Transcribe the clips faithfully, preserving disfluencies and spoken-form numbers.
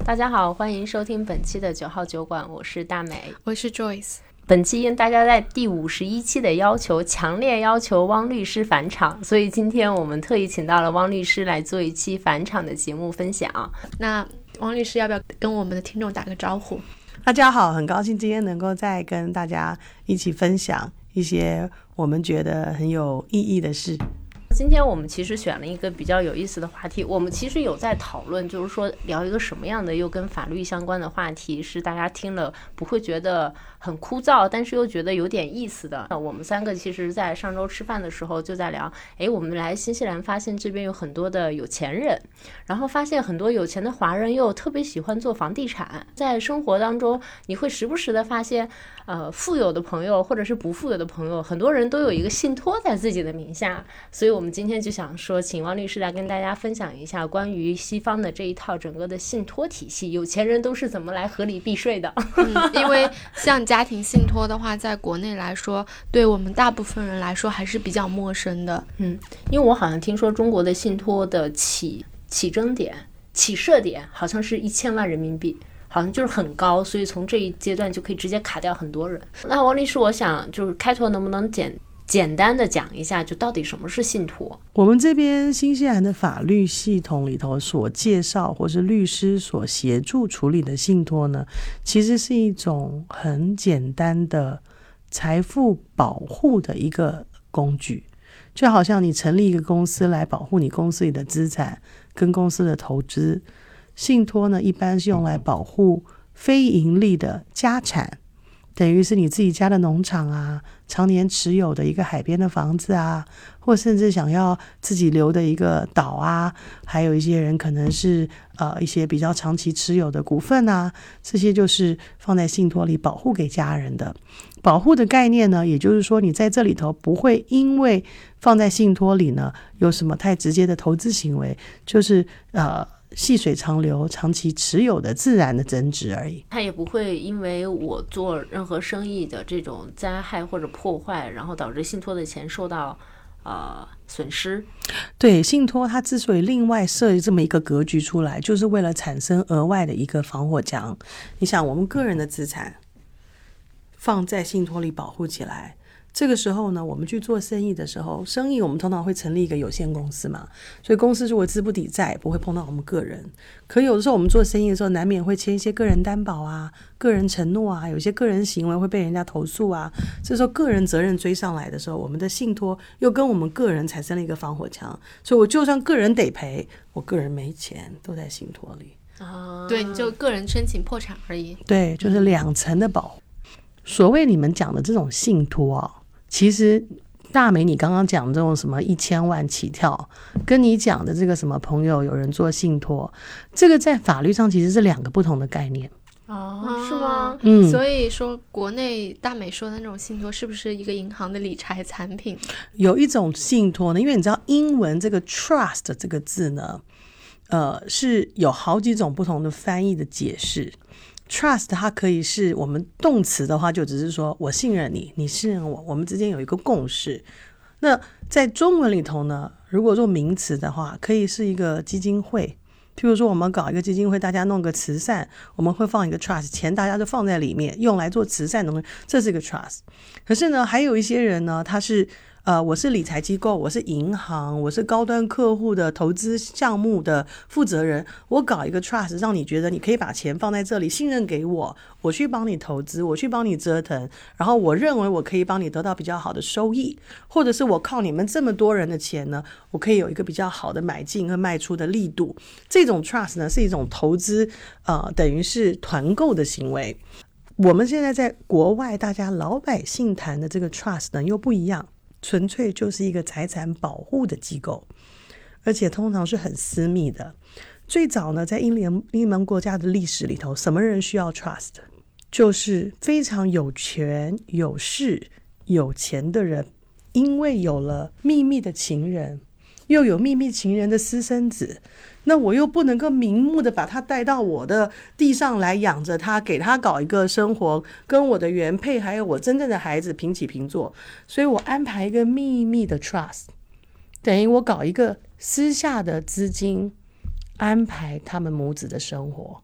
大家好，欢迎收听本期的九号酒馆，我是大美， 我是 Joyce。 本期因大家在第五十一期的要求，强烈要求汪律师返场，所以今天我们特意请到了汪律师来做一期返场的节目分享。 那汪律师要不要跟我们的听众打个招呼？ 大家好，很高兴今天能够再跟大家一起分享一些我们觉得很有意义的事。 今天我们其实选了一个比较有意思的话题，我们其实有在讨论，就是说聊一个什么样的又跟法律相关的话题是大家听了不会觉得很枯燥，但是又觉得有点意思的。我们三个其实在上周吃饭的时候就在聊，诶，我们来新西兰发现这边有很多的有钱人，然后发现很多有钱的华人又特别喜欢做房地产，在生活当中你会时不时的发现呃，富有的朋友或者是不富有的朋友，很多人都有一个信托在自己的名下，所以我们今天就想说请汪律师来跟大家分享一下关于西方的这一套整个的信托体系，有钱人都是怎么来合理避税的。 嗯，因为像家庭信托的话在国内来说对我们大部分人来说还是比较陌生的。 嗯，因为我好像听说中国的信托的起起征点起设点好像是一千万人民币，好像就是很高，所以从这一阶段就可以直接卡掉很多人。那王律师，我想就是开头能不能简简单的讲一下，就到底什么是信托？ 我们这边新西兰的法律系统里头所介绍或是律师所协助处理的信托呢，其实是一种很简单的财富保护的一个工具，就好像你成立一个公司来保护你公司里的资产跟公司的投资，信托呢一般是用来保护非盈利的家产，等于是你自己家的农场啊，常年持有的一个海边的房子啊，或甚至想要自己留的一个岛啊，还有一些人可能是呃一些比较长期持有的股份啊，这些就是放在信托里保护给家人的。保护的概念呢，也就是说你在这里头不会因为放在信托里呢有什么太直接的投资行为，就是呃细水长流长期持有的自然的增值而已。 它也不会因为我做任何生意的这种灾害或者破坏，然后导致信托的钱受到呃损失。 对，信托它之所以另外设计这么一个格局出来，就是为了产生额外的一个防火墙。你想我们个人的资产放在信托里保护起来，这个时候呢我们去做生意的时候，生意我们通常会成立一个有限公司嘛，所以公司如果资不抵债不会碰到我们个人。可有的时候我们做生意的时候难免会签一些个人担保啊，个人承诺啊，有些个人行为会被人家投诉啊，这时候个人责任追上来的时候，我们的信托又跟我们个人产生了一个防火墙，所以我就算个人得赔，我个人没钱都在信托里啊，对，你就个人申请破产而已。 对，就是两层的保护。所谓你们讲的这种信托啊，其实大美你刚刚讲的这种什么一千万起跳，跟你讲的这个什么朋友有人做信托，这个在法律上其实是两个不同的概念。 哦，是吗？ 嗯，所以说国内大美说的那种信托是不是一个银行的理财产品？ 有一种信托呢，因为你知道英文这个 trust 这个字呢呃，是有好几种不同的翻译的解释。Trust 它可以是我们动词的话就只是说我信任你，你信任我，我们之间有一个共识。那在中文里头呢，如果做名词的话可以是一个基金会，譬如说我们搞一个基金会，大家弄个慈善，我们会放一个 trust， 钱大家就放在里面用来做慈善的东西，这是一个 trust。 可是呢还有一些人呢，他是呃，我是理财机构，我是银行，我是高端客户的投资项目的负责人，我搞一个 trust 让你觉得你可以把钱放在这里，信任给我，我去帮你投资，我去帮你折腾，然后我认为我可以帮你得到比较好的收益，或者是我靠你们这么多人的钱呢，我可以有一个比较好的买进和卖出的力度。这种 trust 呢是一种投资呃，等于是团购的行为。我们现在在国外大家老百姓谈的这个 trust 呢又不一样，纯粹就是一个财产保护的机构，而且通常是很私密的。最早呢在英联英盟国家的历史里头，什么人需要 trust？ 就是非常有权有势有钱的人，因为有了秘密的情人，又有秘密情人的私生子，那我又不能够明目的把他带到我的地上来养着他，给他搞一个生活，跟我的原配还有我真正的孩子平起平坐，所以我安排一个秘密的 trust， 等于我搞一个私下的资金安排他们母子的生活。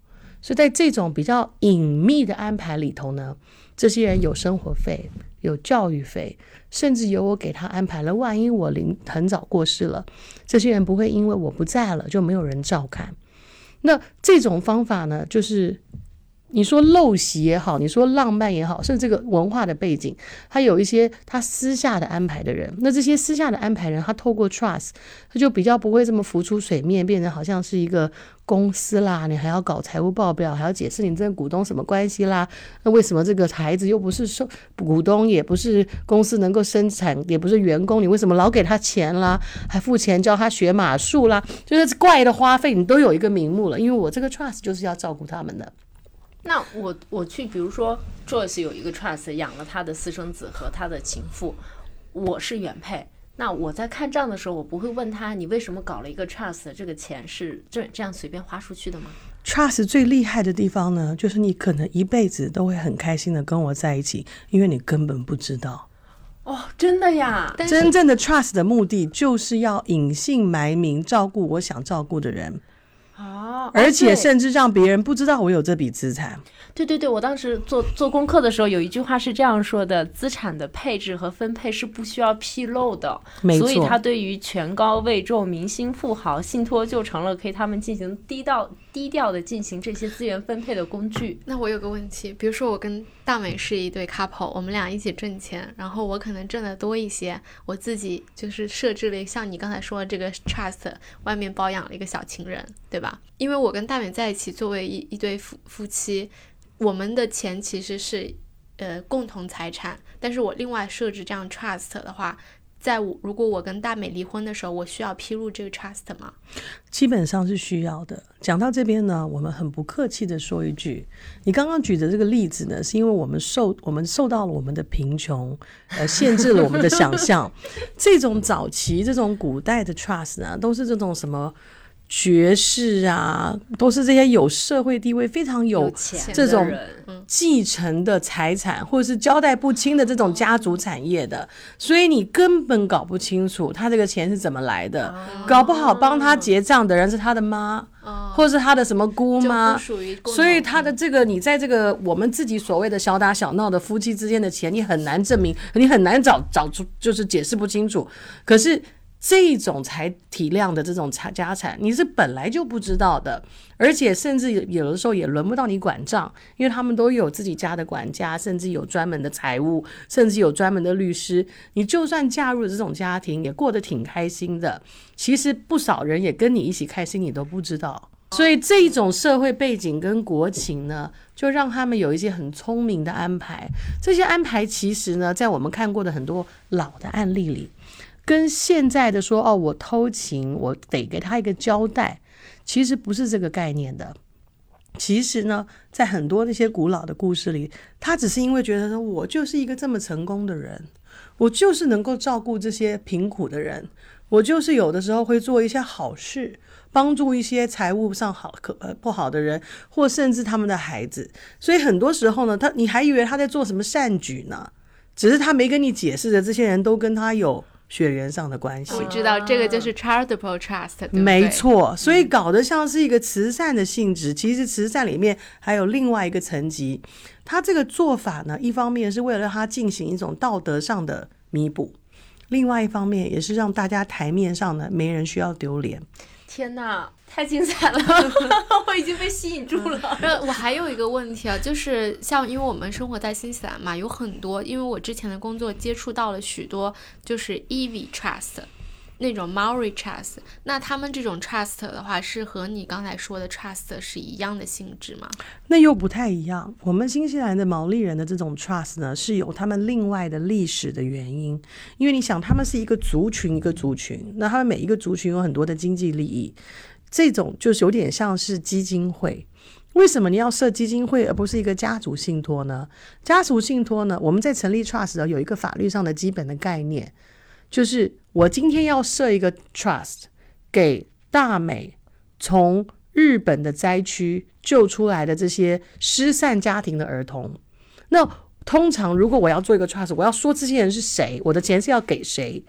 所以在这种比较隐秘的安排里头呢，这些人有生活费，有教育费，甚至有我给他安排了，万一我临很早过世了，这些人不会因为我不在了就没有人照看。那这种方法呢，就是你说陋习也好，你说浪漫也好，甚至这个文化的背景，他有一些他私下的安排的人，那这些私下的安排人，他透过 trust， 他就比较不会这么浮出水面，变成好像是一个公司啦，你还要搞财务报表，还要解释你这个股东什么关系啦，那为什么这个孩子又不是受股东，也不是公司能够生产，也不是员工，你为什么老给他钱啦，还付钱教他学马术啦，就是怪的花费你都有一个名目了，因为我这个 trust 就是要照顾他们的。 那我我去，比如说 Joyce 有一个 trust 养了他的私生子和他的情妇，我是原配，那我在看账的时候，我不会问他你为什么搞了一个 trust， 这个钱是这这样随便花出去的吗？ trust 最厉害的地方呢，就是你可能一辈子都会很开心的跟我在一起，因为你根本不知道。 哦，真的呀！ 真正的 trust 的目的就是要隐姓埋名照顾我想照顾的人。 哦， 而且甚至让别人不知道我有这笔资产。 对对对，我当时做做功课的时候，有一句话是这样说的：资产的配置和分配是不需要披露的。 没错， 所以他对于权高位重、明星富豪，信托就成了可以他们进行低调低调的进行这些资源分配的工具。 那我有个问题，比如说我跟大美是一对 couple， 我们俩一起挣钱，然后我可能挣得多一些，我自己就是设置了像你刚才说的这个 trust， 外面包养了一个小情人，对吧？因为我跟大美在一起，作为一一对夫夫妻，我们的钱其实是呃共同财产，但是我另外设置这样 trust 的话，在我如果我跟大美离婚的时候，我需要披露这个 trust 吗？ 基本上是需要的。讲到这边呢，我们很不客气的说一句，你刚刚举的这个例子呢，是因为我们受我们受到了我们的贫穷，呃，限制了我们的想象。这种早期这种古代的 trust 呢，都是这种什么爵士啊，都是这些有社会地位非常有这种继承的财产，或者是交代不清的这种家族产业的，所以你根本搞不清楚他这个钱是怎么来的，哦、搞不好帮他结账的人是他的妈，哦、或者是他的什么姑妈，所以他的这个你在这个我们自己所谓的小打小闹的夫妻之间的钱，你很难证明，你很难找找出就是解释不清楚，可是这种才体量的这种家产你是本来就不知道的，而且甚至有的时候也轮不到你管账，因为他们都有自己家的管家，甚至有专门的财务，甚至有专门的律师，你就算嫁入了这种家庭也过得挺开心的，其实不少人也跟你一起开心你都不知道。所以这一种社会背景跟国情呢，就让他们有一些很聪明的安排。这些安排其实呢，在我们看过的很多老的案例里，跟现在的说哦，我偷情，我得给他一个交代，其实不是这个概念的。其实呢，在很多那些古老的故事里，他只是因为觉得说，我就是一个这么成功的人，我就是能够照顾这些贫苦的人，我就是有的时候会做一些好事，帮助一些财务上好可不好的人，或甚至他们的孩子。所以很多时候呢，他你还以为他在做什么善举呢，只是他没跟你解释的，这些人都跟他有血缘上的关系。 我知道这个就是 charitable trust， 对不对？ 没错，所以搞得像是一个慈善的性质，其实慈善里面还有另外一个层级。他这个做法呢，一方面是为了让他进行一种道德上的弥补，另外一方面也是让大家台面上呢没人需要丢脸。 天哪，太精彩了我已经被吸引住了、 嗯、我还有一个问题啊，就是像因为我们生活在新西兰嘛，有很多因为我之前的工作接触到了许多就是 E V trust 那种 Maori trust， 那他们这种 trust 的话是和你刚才说的 trust 是一样的性质吗？ 那又不太一样。我们新西兰的毛利人的这种 trust 呢，是有他们另外的历史的原因，因为你想他们是一个族群一个族群，那他们每一个族群有很多的经济利益，这种就是有点像是基金会。为什么你要设基金会而不是一个家族信托呢？家族信托呢，我们在成立 trust 的有一个法律上的基本的概念，就是我今天要设一个 trust 给大美从日本的灾区救出来的这些失散家庭的儿童，那通常如果我要做一个 trust， 我要说这些人是谁，我的钱是要给谁，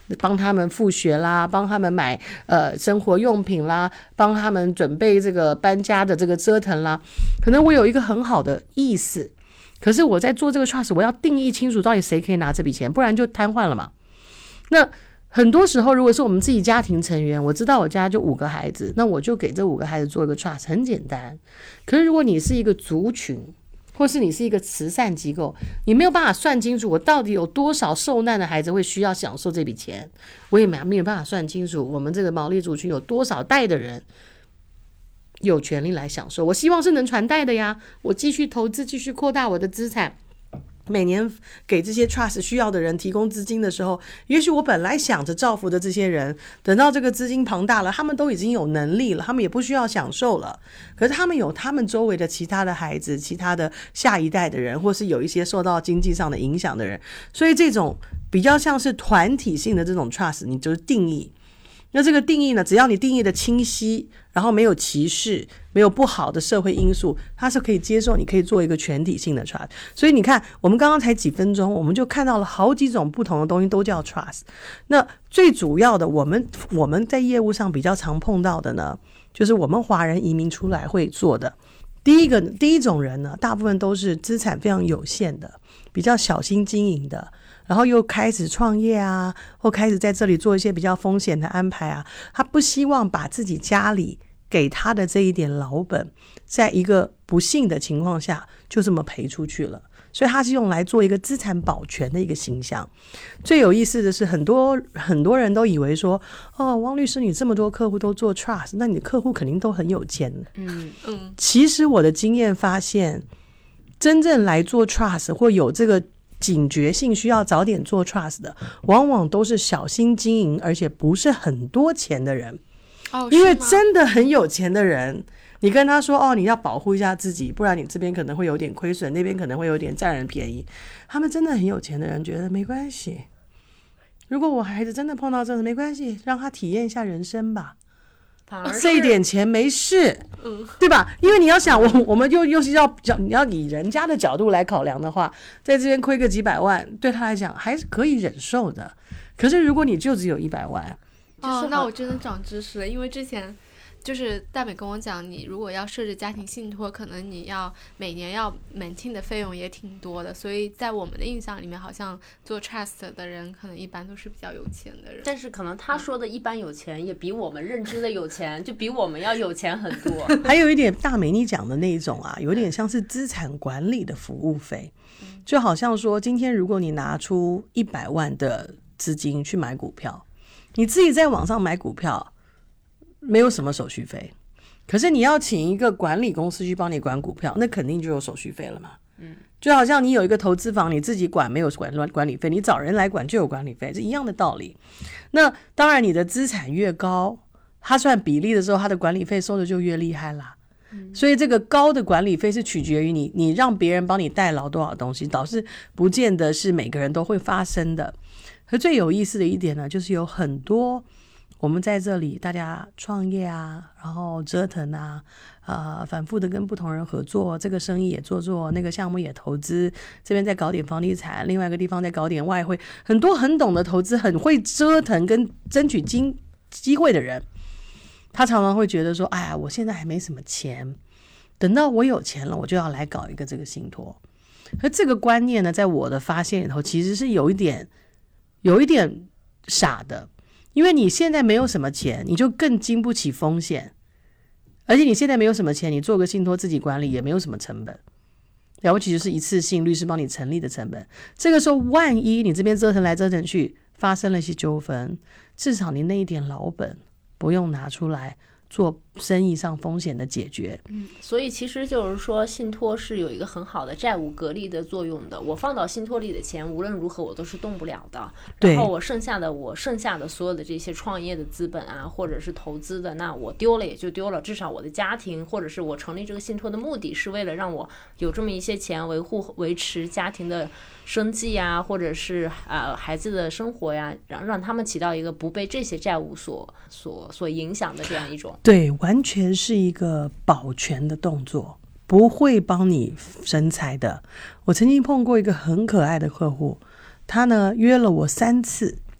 帮他们付学啦，帮他们买呃生活用品啦，帮他们准备这个搬家的这个折腾啦。可能我有一个很好的意思，可是我在做这个 trust， 我要定义清楚到底谁可以拿这笔钱，不然就瘫痪了嘛。那很多时候如果是我们自己家庭成员，我知道我家就五个孩子，那我就给这五个孩子做一个 trust， 很简单。可是如果你是一个族群，或是你是一个慈善机构，你没有办法算清楚我到底有多少受难的孩子会需要享受这笔钱，我也没有办法算清楚我们这个毛利族群有多少代的人有权利来享受。我希望是能传代的呀，我继续投资，继续扩大我的资产，每年给这些 trust 需要的人提供资金的时候，也许我本来想着造福的这些人，等到这个资金庞大了，他们都已经有能力了，他们也不需要享受了，可是他们有他们周围的其他的孩子，其他的下一代的人，或是有一些受到经济上的影响的人，所以这种比较像是团体性的这种 trust， 你就是定义。那这个定义呢，只要你定义的清晰，然后没有歧视，没有不好的社会因素，它是可以接受，你可以做一个全体性的 trust。 所以你看我们刚刚才几分钟，我们就看到了好几种不同的东西都叫 trust。 那最主要的我们我们在业务上比较常碰到的呢，就是我们华人移民出来会做的第一个第一种人呢，大部分都是资产非常有限的，比较小心经营的，然后又开始创业啊，或开始在这里做一些比较风险的安排啊，他不希望把自己家里给他的这一点老本，在一个不幸的情况下就这么赔出去了，所以他是用来做一个资产保全的一个形象。最有意思的是，很多很多人都以为说，哦，汪律师你这么多客户都做 trust， 那你的客户肯定都很有钱。 嗯嗯， 其实我的经验发现，真正来做 trust 或有这个警觉性需要早点做 trust 的，往往都是小心经营而且不是很多钱的人。 哦， 因为真的很有钱的人，你跟他说哦，你要保护一下自己，不然你这边可能会有点亏损，那边可能会有点占人便宜。他们真的很有钱的人觉得没关系，如果我孩子真的碰到这个没关系，让他体验一下人生吧，这一点钱没事，嗯，对吧？因为你要想，我我们又又是要你要以人家的角度来考量的话，在这边亏个几百万，对他来讲还是可以忍受的。可是如果你就只有一百万， 哦，那我真的长知识了，因为之前就是大美跟我讲，你如果要设置家庭信托，可能你要每年要 maintain 的费用也挺多的，所以在我们的印象里面，好像做 trust 的人可能一般都是比较有钱的人。 但是可能他说的一般有钱，也比我们认知的有钱，就比我们要有钱很多。 还有一点大美你讲的那一种啊，有点像是资产管理的服务费，就好像说今天如果你拿出一百万的资金去买股票，你自己在网上买股票没有什么手续费，可是你要请一个管理公司去帮你管股票，那肯定就有手续费了嘛。嗯，就好像你有一个投资房，你自己管没有管管理费，你找人来管就有管理费，是一样的道理。那当然你的资产越高，它算比例的时候，它的管理费收的就越厉害啦。嗯，所以这个高的管理费是取决于你你让别人帮你代劳多少东西，导致不见得是每个人都会发生的。可最有意思的一点呢，就是有很多我们在这里大家创业啊，然后折腾啊，呃，反复的跟不同人合作，这个生意也做做，那个项目也投资，这边再搞点房地产，另外一个地方再搞点外汇，很多很懂得投资，很会折腾跟争取金机会的人，他常常会觉得说，哎呀，我现在还没什么钱，等到我有钱了，我就要来搞一个这个信托。而这个观念呢，在我的发现里头，其实是有一点有一点傻的。因为你现在没有什么钱，你就更经不起风险，而且你现在没有什么钱，你做个信托自己管理也没有什么成本，了不起就是一次性律师帮你成立的成本。这个时候万一你这边折腾来折腾去发生了一些纠纷，至少你那一点老本不用拿出来做生意上风险的解决。 嗯，所以其实就是说信托是有一个很好的债务隔离的作用的，我放到信托里的钱无论如何我都是动不了的，然后我剩下的我剩下的所有的这些创业的资本啊，或者是投资的，那我丢了也就丢了，至少我的家庭或者是我成立这个信托的目的是为了让我有这么一些钱维护维持家庭的生计啊，或者是呃孩子的生活呀，让让他们起到一个不被这些债务所所所影响的这样一种。 对，完全是一个保全的动作，不会帮你生财的。我曾经碰过一个很可爱的客户，他呢约了我三次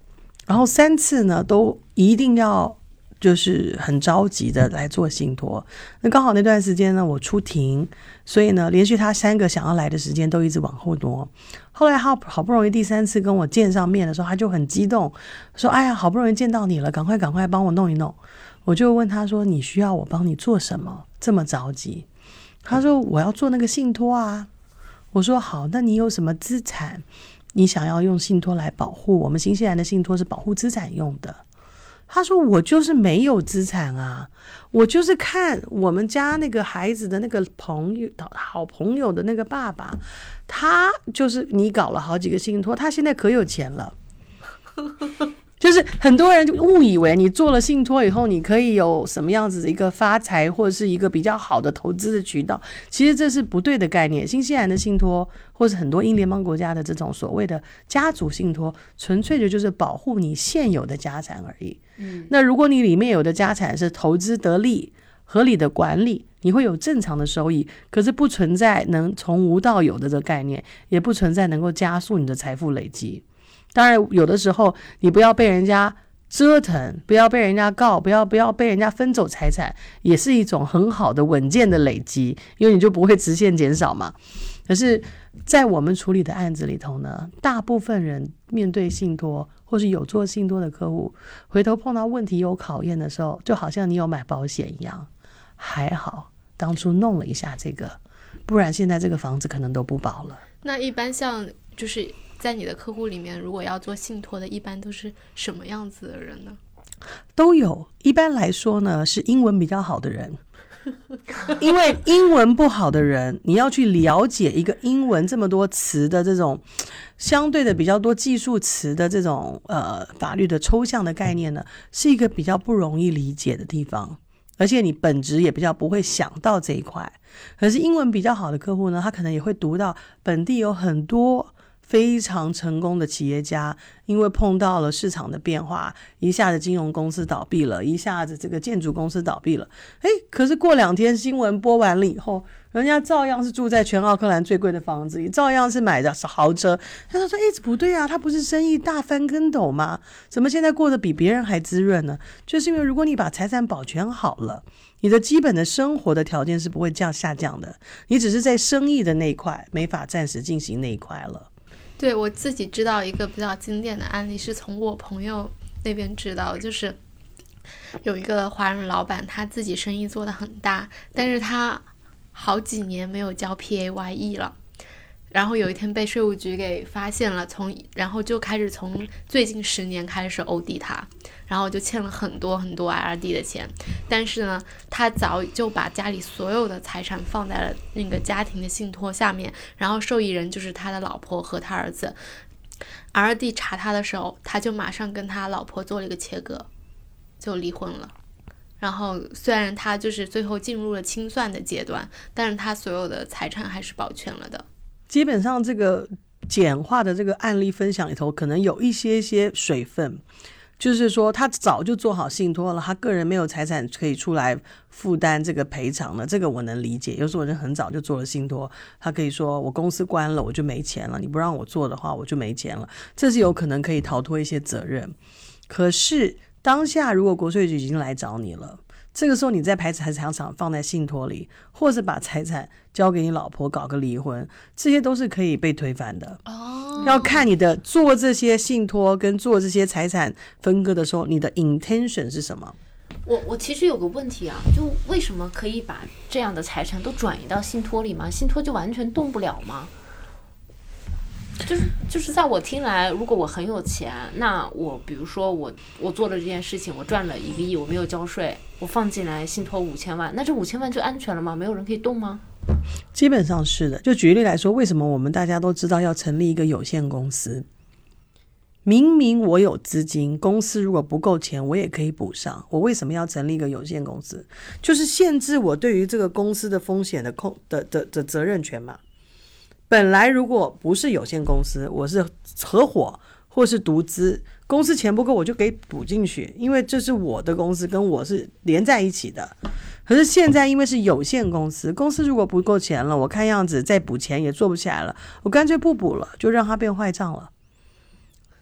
然后三次呢都一定要就是很着急的来做信托。那刚好那段时间呢我出庭，所以呢连续他三个想要来的时间都一直往后挪。后来他好不容易第三次跟我见上面的时候，他就很激动说，哎呀好不容易见到你了，赶快赶快帮我弄一弄。我就问他说，你需要我帮你做什么这么着急？他说我要做那个信托啊。我说好，那你有什么资产你想要用信托来保护？我们新西兰的信托是保护资产用的。他说我就是没有资产啊，我就是看我们家那个孩子的那个朋友好朋友的那个爸爸，他就是你搞了好几个信托，他现在可有钱了。就是很多人就误以为你做了信托以后你可以有什么样子的一个发财或者是一个比较好的投资的渠道，其实这是不对的概念。新西兰的信托或是很多英联邦国家的这种所谓的家族信托，纯粹的就是保护你现有的家产而已。嗯，那如果你里面有的家产是投资得利合理的管理，你会有正常的收益，可是不存在能从无到有的这个概念，也不存在能够加速你的财富累积。当然有的时候你不要被人家折腾，不要被人家告，不要不要被人家分走财产，也是一种很好的稳健的累积，因为你就不会直线减少嘛。可是在我们处理的案子里头呢，大部分人面对信托或是有做信托的客户，回头碰到问题有考验的时候，就好像你有买保险一样，还好当初弄了一下这个，不然现在这个房子可能都不保了。 那一般像就是在你的客户里面，如果要做信托的，一般都是什么样子的人呢？ 都有，一般来说呢是英文比较好的人。因为英文不好的人，你要去了解一个英文这么多词的这种相对的比较多技术词的这种呃法律的抽象的概念呢，是一个比较不容易理解的地方，而且你本质也比较不会想到这一块。可是英文比较好的客户呢，他可能也会读到本地有很多非常成功的企业家，因为碰到了市场的变化，一下子金融公司倒闭了，一下子这个建筑公司倒闭了，诶，可是过两天新闻播完了以后，人家照样是住在全奥克兰最贵的房子里，照样是买的豪车。他说诶，不对啊，他不是生意大翻跟斗吗？怎么现在过得比别人还滋润呢？就是因为如果你把财产保全好了，你的基本的生活的条件是不会降下降的，你只是在生意的那一块没法暂时进行那一块了。 对，我自己知道一个比较经典的案例，是从我朋友那边知道，就是有一个华人老板，他自己生意做得很大，但是他好几年没有交 P A Y E 了，然后有一天被税务局给发现了，从然后就开始从最近十年开始 O D 他，然后就欠了很多很多 I R D 的钱。但是呢，他早就把家里所有的财产放在了那个家庭的信托下面，然后受益人就是他的老婆和他儿子。R D 查他的时候，他就马上跟他老婆做了一个切割，就离婚了。然后虽然他就是最后进入了清算的阶段，但是他所有的财产还是保全了的。 基本上这个简化的这个案例分享里头，可能有一些些水分，就是说他早就做好信托了，他个人没有财产可以出来负担这个赔偿了，这个我能理解。有时候人很早就做了信托，他可以说我公司关了我就没钱了，你不让我做的话我就没钱了，这是有可能可以逃脱一些责任。可是当下如果国税局已经来找你了，这个时候你再把财产放在信托里，或是把财产交给你老婆搞个离婚，这些都是可以被推翻的。哦，要看你的做这些信托跟做这些财产分割的时候，你的 intention 是什么。 我我其实有个问题啊，就为什么可以把这样的财产都转移到信托里吗？信托就完全动不了吗？就是就是在我听来，如果我很有钱，那我比如说我我做了这件事情，我赚了一个亿，我没有交税，我放进来信托五千万，那这五千万就安全了吗？没有人可以动吗？ 基本上是的。就举例来说，为什么我们大家都知道要成立一个有限公司？明明我有资金，公司如果不够钱，我也可以补上。我为什么要成立一个有限公司？就是限制我对于这个公司的风险的控的的的责任权嘛。本来如果不是有限公司，我是合伙或是独资，公司钱不够我就给补进去，因为这是我的公司，跟我是连在一起的。可是现在因为是有限公司，公司如果不够钱了，我看样子再补钱也做不起来了，我干脆不补了，就让它变坏账了。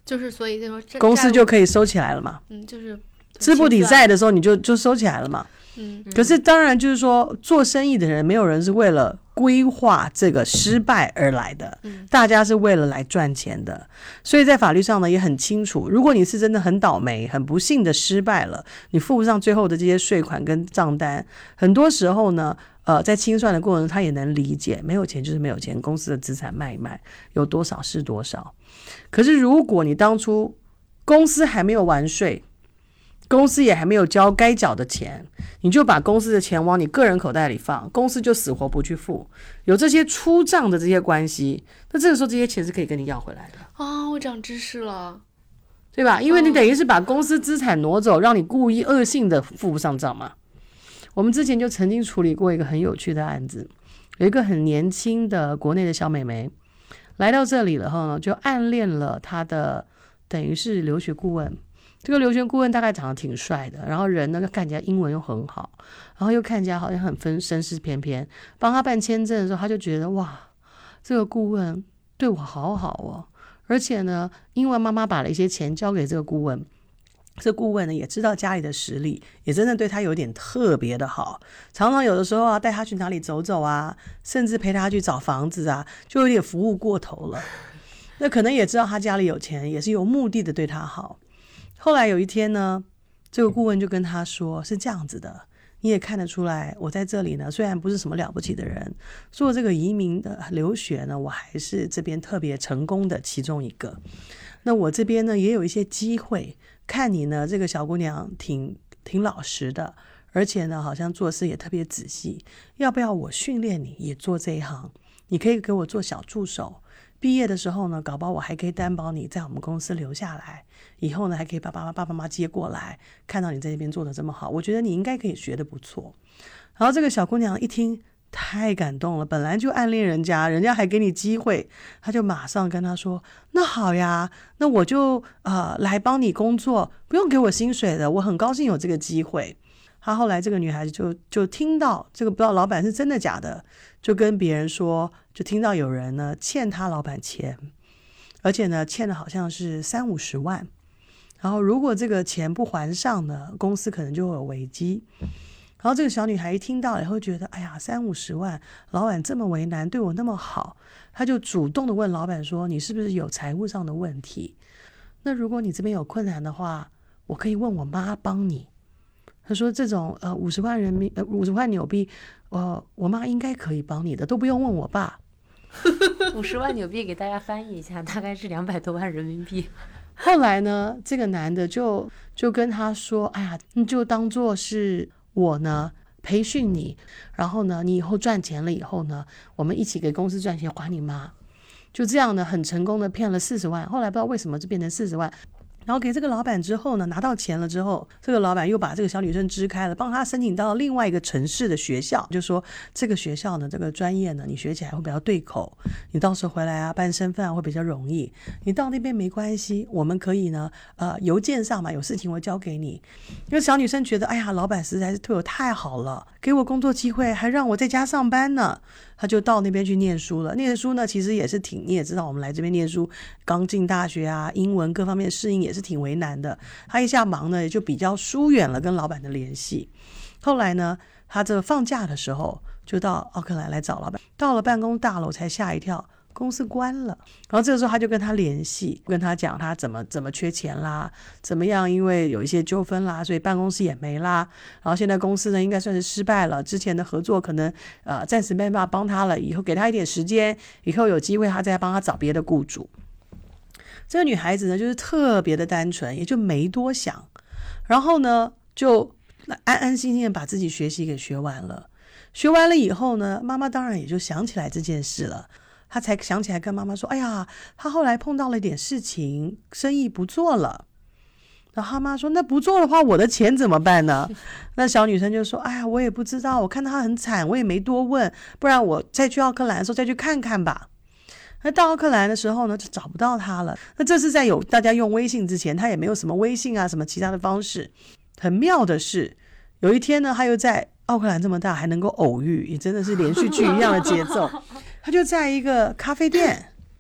就是所以就说公司就可以收起来了嘛。 嗯，就是资不抵债的时候你就就收起来了嘛。 嗯， 可是当然就是说做生意的人没有人是为了规划这个失败而来的，大家是为了来赚钱的。所以在法律上呢也很清楚，如果你是真的很倒霉很不幸的失败了，你付不上最后的这些税款跟账单，很多时候呢呃，在清算的过程中他也能理解，没有钱就是没有钱，公司的资产卖一卖，有多少是多少。可是如果你当初公司还没有完税，公司也还没有交该缴的钱，你就把公司的钱往你个人口袋里放，公司就死活不去付，有这些出账的这些关系，那这个时候这些钱是可以跟你要回来的。 哦，我长知识了， 对吧？因为你等于是把公司资产挪走，让你故意恶性的付不上账嘛。我们之前就曾经处理过一个很有趣的案子，有一个很年轻的国内的小美眉来到这里了后呢，就暗恋了她的等于是留学顾问。这个留学顾问大概长得挺帅的，然后人呢看起来英文又很好，然后又看起来好像很分绅士翩翩。帮他办签证的时候，他就觉得哇，这个顾问对我好好哦，而且呢，因为妈妈把了一些钱交给这个顾问，这顾问呢也知道家里的实力，也真的对他有点特别的好，常常有的时候啊带他去哪里走走啊，甚至陪他去找房子啊，就有点服务过头了。那可能也知道他家里有钱，也是有目的的对他好。后来有一天呢，这个顾问就跟他说，是这样子的，你也看得出来我在这里呢虽然不是什么了不起的人，做这个移民的留学呢我还是这边特别成功的其中一个，那我这边呢也有一些机会，看你呢这个小姑娘挺挺老实的，而且呢好像做事也特别仔细，要不要我训练你也做这一行，你可以给我做小助手，毕业的时候呢搞不好我还可以担保你在我们公司留下来，以后呢还可以把爸爸爸爸妈妈接过来，看到你在这边做的这么好，我觉得你应该可以学得不错。然后这个小姑娘一听太感动了，本来就暗恋人家，人家还给你机会，她就马上跟他说，那好呀，那我就呃来帮你工作，不用给我薪水的，我很高兴有这个机会。她后来这个女孩子就就听到这个，不知道老板是真的假的，就跟别人说，就听到有人呢欠她老板钱，而且呢欠的好像是三五十万，然后如果这个钱不还上呢，公司可能就会有危机。然后这个小女孩一听到以后觉得，哎呀，三五十万，老板这么为难，对我那么好，她就主动的问老板说，你是不是有财务上的问题？那如果你这边有困难的话，我可以问我妈帮你。她说这种呃五十万人民呃五十万纽币，呃我妈应该可以帮你的，都不用问我爸。 五十万纽币给大家翻译一下，大概是两百多万人民币。 后来呢，这个男的就就跟他说，哎呀，你就当作是我呢培训你，然后呢你以后赚钱了以后呢，我们一起给公司赚钱还你妈。就这样呢很成功的骗了四十万，后来不知道为什么就变成四十万。然后给这个老板之后呢，拿到钱了之后，这个老板又把这个小女生支开了，帮她申请到另外一个城市的学校，就说这个学校呢这个专业呢你学起来会比较对口，你到时候回来啊办身份啊会比较容易，你到那边没关系，我们可以呢呃邮件上嘛有事情我交给你。因为小女生觉得，哎呀，老板实在是对我太好了，给我工作机会还让我在家上班呢，她就到那边去念书了。念书呢其实也是挺，你也知道我们来这边念书刚进大学啊，英文各方面适应也是是挺为难的，他一下忙呢也就比较疏远了跟老板的联系。后来呢他这放假的时候就到奥克兰来找老板，到了办公大楼才吓一跳，公司关了。然后这个时候他就跟他联系，跟他讲他怎么怎么缺钱啦，怎么样因为有一些纠纷啦，所以办公室也没啦，然后现在公司呢应该算是失败了，之前的合作可能呃暂时没办法帮他了，以后给他一点时间，以后有机会他再帮他找别的雇主。这个女孩子呢就是特别的单纯，也就没多想，然后呢就安安心心的把自己学习给学完了。学完了以后呢，妈妈当然也就想起来这件事了，她才想起来跟妈妈说，哎呀，她后来碰到了一点事情，生意不做了。然后他妈说，那不做的话我的钱怎么办呢？那小女生就说，哎呀，我也不知道，我看她很惨，我也没多问，不然我再去奥克兰的时候再去看看吧。那到奥克兰的时候呢就找不到他了，那这是在有大家用微信之前，他也没有什么微信啊什么其他的方式。很妙的是有一天呢他又在奥克兰这么大还能够偶遇，也真的是连续剧一样的节奏。他就在一个咖啡店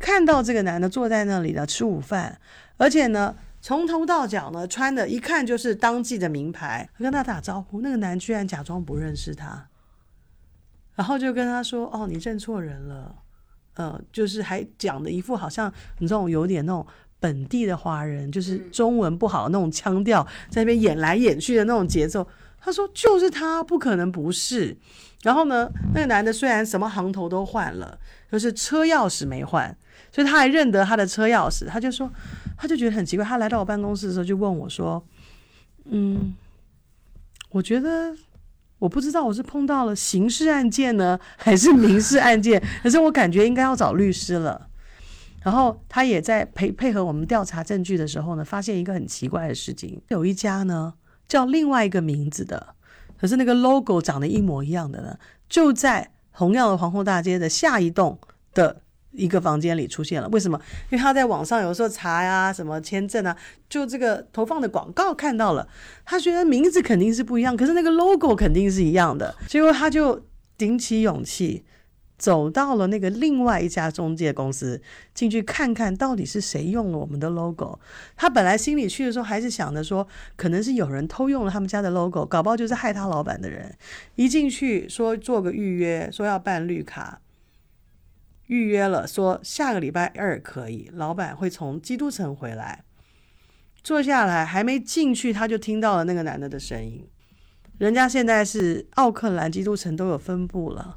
看到这个男的坐在那里呢吃午饭，而且呢从头到脚呢穿的一看就是当季的名牌，跟他打招呼，那个男居然假装不认识他，然后就跟他说哦你认错人了，呃，就是还讲的一副好像你这种有点那种本地的华人，就是中文不好那种腔调，在那边演来演去的那种节奏。他说就是他，不可能不是。然后呢，那个男的虽然什么行头都换了，就是车钥匙没换，所以他还认得他的车钥匙。他就说，他就觉得很奇怪。他来到我办公室的时候就问我说：“嗯，我觉得我不知道我是碰到了刑事案件呢，还是民事案件，可是我感觉应该要找律师了。”然后他也在配配合我们调查证据的时候呢，发现一个很奇怪的事情，有一家呢叫另外一个名字的，可是那个 logo 长得一模一样的呢，就在同样的皇后大街的下一栋的一个房间里出现了。为什么？因为他在网上有时候查呀，什么签证啊，就这个投放的广告看到了，他觉得名字肯定是不一样，可是那个 logo 肯定是一样的，结果他就顶起勇气走到了那个另外一家中介公司，进去看看到底是谁用了我们的 logo。 他本来心里去的时候还是想着说可能是有人偷用了他们家的 logo， 搞不好就是害他老板的人。一进去说做个预约，说要办绿卡，预约了，说下个礼拜二可以，老板会从基督城回来。坐下来还没进去，他就听到了那个男的的声音。人家现在是奥克兰、基督城都有分部了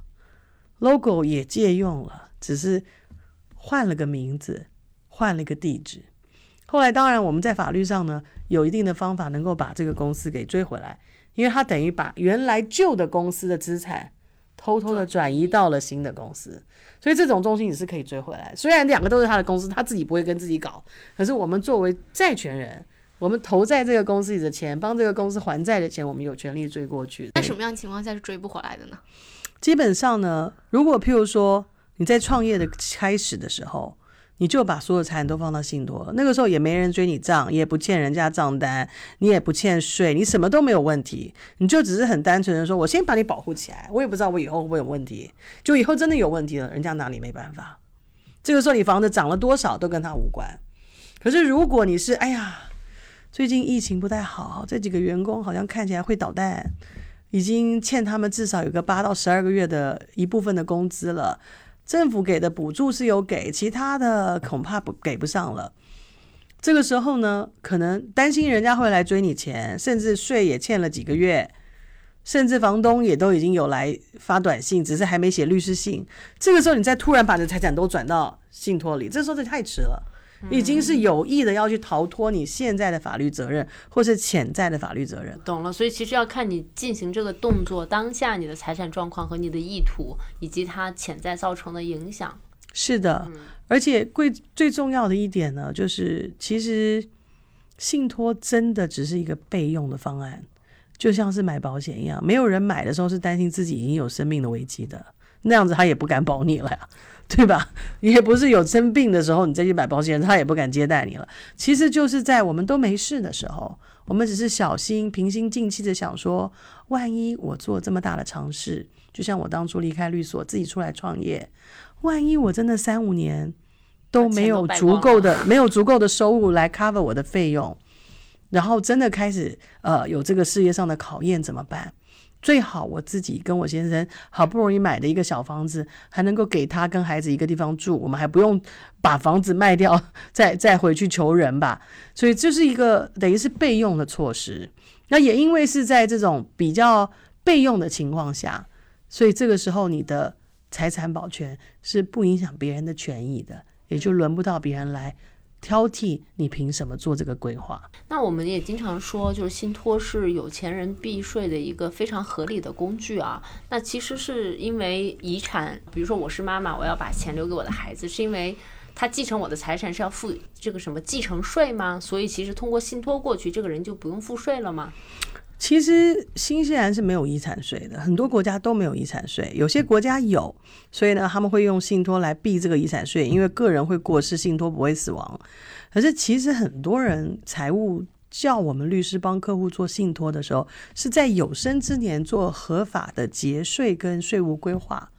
，logo 也借用了，只是换了个名字，换了个地址。后来当然我们在法律上呢有一定的方法能够把这个公司给追回来，因为他等于把原来旧的公司的资产偷偷的转移到了新的公司，所以这种东西你是可以追回来。虽然两个都是他的公司，他自己不会跟自己搞，可是我们作为债权人，我们投在这个公司里的钱，帮这个公司还债的钱，我们有权利追过去。 那什么样的情况下是追不回来的呢？ 基本上呢，如果譬如说你在创业的开始的时候，你就把所有财产都放到信托了，那个时候也没人追你账，也不欠人家账单，你也不欠税，你什么都没有问题，你就只是很单纯的说我先把你保护起来，我也不知道我以后会不会有问题，就以后真的有问题了，人家拿你没办法。这个时候你房子涨了多少都跟他无关。可是如果你是哎呀最近疫情不太好，这几个员工好像看起来会捣蛋，已经欠他们至少有个八到十二个月的一部分的工资了，政府给的补助是有给，其他的恐怕不给不上了。这个时候呢，可能担心人家会来追你钱，甚至税也欠了几个月，甚至房东也都已经有来发短信，只是还没写律师信。这个时候你再突然把你的财产都转到信托里，这时候就太迟了，已经是有意的要去逃脱你现在的法律责任或是潜在的法律责任。 懂了，所以其实要看你进行这个动作当下你的财产状况和你的意图以及它潜在造成的影响。 是的、嗯、而且最重要的一点呢，就是其实信托真的只是一个备用的方案，就像是买保险一样，没有人买的时候是担心自己已经有生命的危机的，那样子他也不敢保你了呀，对吧？也不是有生病的时候你再去买保险，他也不敢接待你了。其实就是在我们都没事的时候，我们只是小心平心静气的想说，万一我做这么大的尝试，就像我当初离开律所自己出来创业，万一我真的三五年都没有足够的没有足够的收入来 cover 我的费用，然后真的开始呃有这个事业上的考验怎么办？最好我自己跟我先生好不容易买的一个小房子，还能够给他跟孩子一个地方住，我们还不用把房子卖掉再再回去求人吧。所以这是一个等于是备用的措施。那也因为是在这种比较备用的情况下，所以这个时候你的财产保全是不影响别人的权益的，也就轮不到别人来挑剔你凭什么做这个规划。 那我们也经常说，就是信托是有钱人避税的一个非常合理的工具啊。那其实是因为遗产，比如说我是妈妈，我要把钱留给我的孩子，是因为他继承我的财产是要付这个什么继承税吗？所以其实通过信托过去，这个人就不用付税了吗？ 其实新西兰是没有遗产税的，很多国家都没有遗产税，有些国家有，所以呢他们会用信托来避这个遗产税，因为个人会过世，信托不会死亡。可是其实很多人财务叫我们律师帮客户做信托的时候，是在有生之年做合法的节税跟税务规划，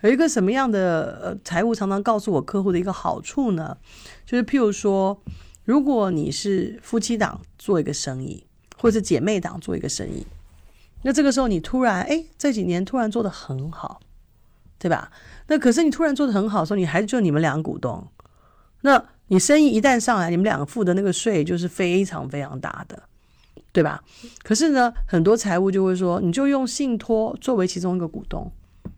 有一个什么样的呃财务常常告诉我客户的一个好处呢？就是譬如说，如果你是夫妻档做一个生意，或者是姐妹档做一个生意，那这个时候你突然哎这几年突然做得很好，对吧？那可是你突然做得很好的时候，你还是就你们两个股东，那你生意一旦上来，你们两个付的那个税就是非常非常大的，对吧？可是呢，很多财务就会说，你就用信托作为其中一个股东。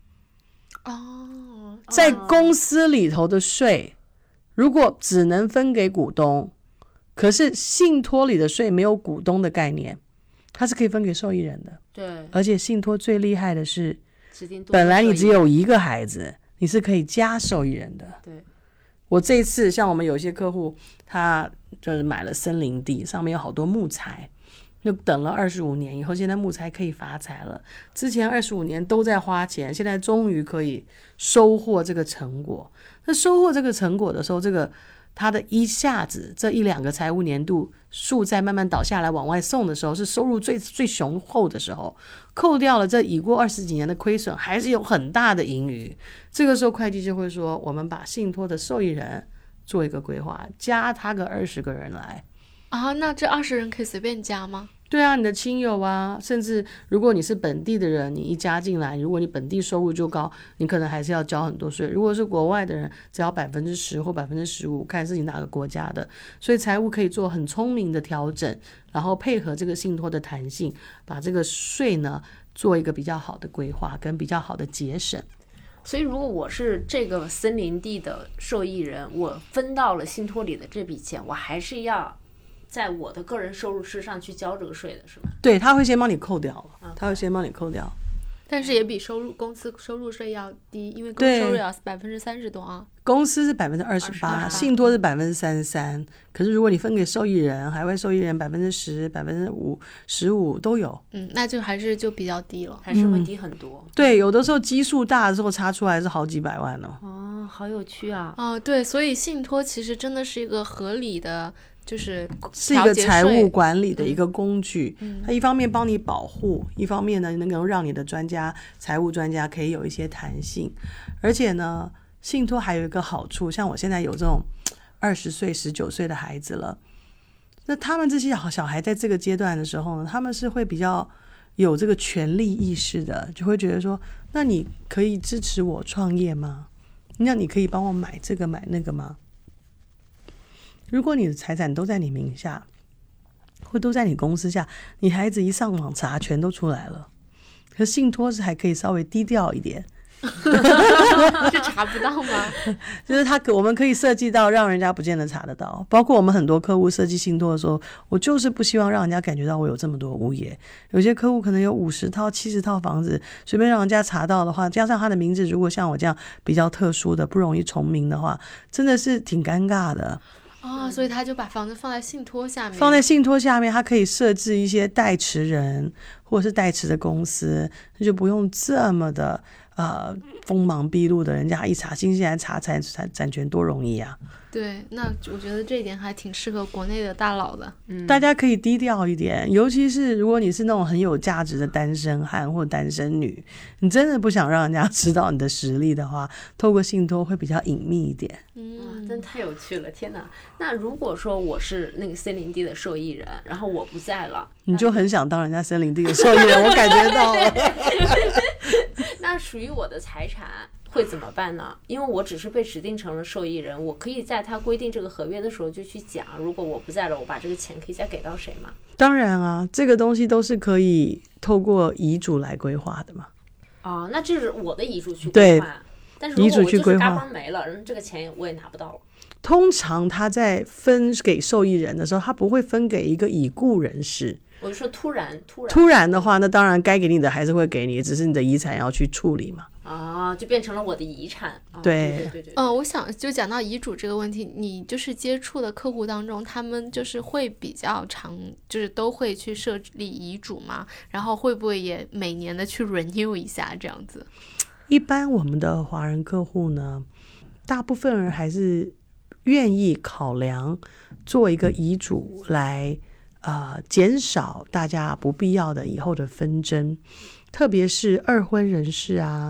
哦， 在公司里头的税，如果只能分给股东，可是信托里的税没有股东的概念，它是可以分给受益人的。 对， 而且信托最厉害的是， 指定多本来你只有一个孩子，你是可以加受益人的。 对， 我这一次像我们有些客户，他就是买了森林地，上面有好多木材，就等了二十五年以后，现在木材可以发财了。之前二十五年都在花钱，现在终于可以收获这个成果。那收获这个成果的时候，这个他的一下子这一两个财务年度树在慢慢倒下来往外送的时候，是收入最最雄厚的时候，扣掉了这已过二十几年的亏损，还是有很大的盈余。这个时候会计就会说，我们把信托的受益人做一个规划，加他个二十个人来啊，那这二十人可以随便加吗？ 对啊，你的亲友啊，甚至如果你是本地的人，你一加进来，如果你本地收入就高，你可能还是要交很多税。如果是国外的人，只要百分之十或百分之十五，看是你哪个国家的。所以财务可以做很聪明的调整，然后配合这个信托的弹性，把这个税呢做一个比较好的规划跟比较好的节省。 所以如果我是这个森林地的受益人，我分到了信托里的这笔钱，我还是要在我的个人收入之上去交这个税的，是吗？ 对，他会先帮你扣掉了，他会先帮你扣掉。 但是也比收入公司收入税要低，因为公司收入要百分之三十多啊。 公司是百分之二十八，信托是百分之三十三。可是如果你分给受益人，海外受益人百分之十、百分之五、十五都有。 嗯，那就还是就比较低了， 还是会低很多。 嗯、对，有的时候基数大的时候差出来是好几百万哦。 哦，好有趣啊！ 哦，对，所以信托其实真的是一个合理的。就是是一个财务管理的一个工具，嗯、它一方面帮你保护，一方面呢能够让你的专家、财务专家可以有一些弹性。而且呢，信托还有一个好处，像我现在有这种二十岁、十九岁的孩子了，那他们这些小孩在这个阶段的时候呢，他们是会比较有这个权利意识的，就会觉得说，那你可以支持我创业吗？那你可以帮我买这个买那个吗？如果你的财产都在你名下，或都在你公司下，你孩子一上网查，全都出来了。可是信托是还可以稍微低调一点， 是查不到吗？ 就是他我们可以设计到让人家不见得查得到。包括我们很多客户设计信托的时候，我就是不希望让人家感觉到我有这么多物业。有些客户可能有五十套、七十套房子，随便让人家查到的话，加上他的名字，如果像我这样比较特殊的、不容易重名的话，真的是挺尴尬的。 哦，所以他就把房子放在信托下面， 放在信托下面，他可以设置一些代持人或者是代持的公司，那就不用这么的呃锋芒毕露的，人家一查新西兰查财产产权多容易啊。 对，那我觉得这一点还挺适合国内的大佬的。 嗯，大家可以低调一点，尤其是如果你是那种很有价值的单身汉或单身女，你真的不想让人家知道你的实力的话，透过信托会比较隐秘一点。 嗯，真太有趣了，天哪！那如果说我是那个森林地的受益人，然后我不在了， 你就很想当人家森林地的受益人，我感觉到了。 那属于我的财产会怎么办呢？因为我只是被指定成了受益人，我可以在他规定这个合约的时候就去讲，如果我不在了，我把这个钱可以再给到谁吗？ 当然啊，这个东西都是可以透过遗嘱来规划的嘛。 哦，那这是我的遗嘱去规划。但是如果我就是嘎嘣没了，这个钱我也拿不到了。 通常他在分给受益人的时候，他不会分给一个已故人士。 我就说突然突然突然的话，那当然该给你的还是会给你，只是你的遗产要去处理嘛。 啊，就变成了我的遗产。 哦、 对对对对。 嗯、呃，我想就讲到遗嘱这个问题，你就是接触的客户当中，他们就是会比较常，就是都会去设立遗嘱嘛，然后会不会也每年的去 renew 一下这样子？ 一般我们的华人客户呢，大部分人还是愿意考量做一个遗嘱来呃减少大家不必要的以后的纷争，特别是二婚人士啊，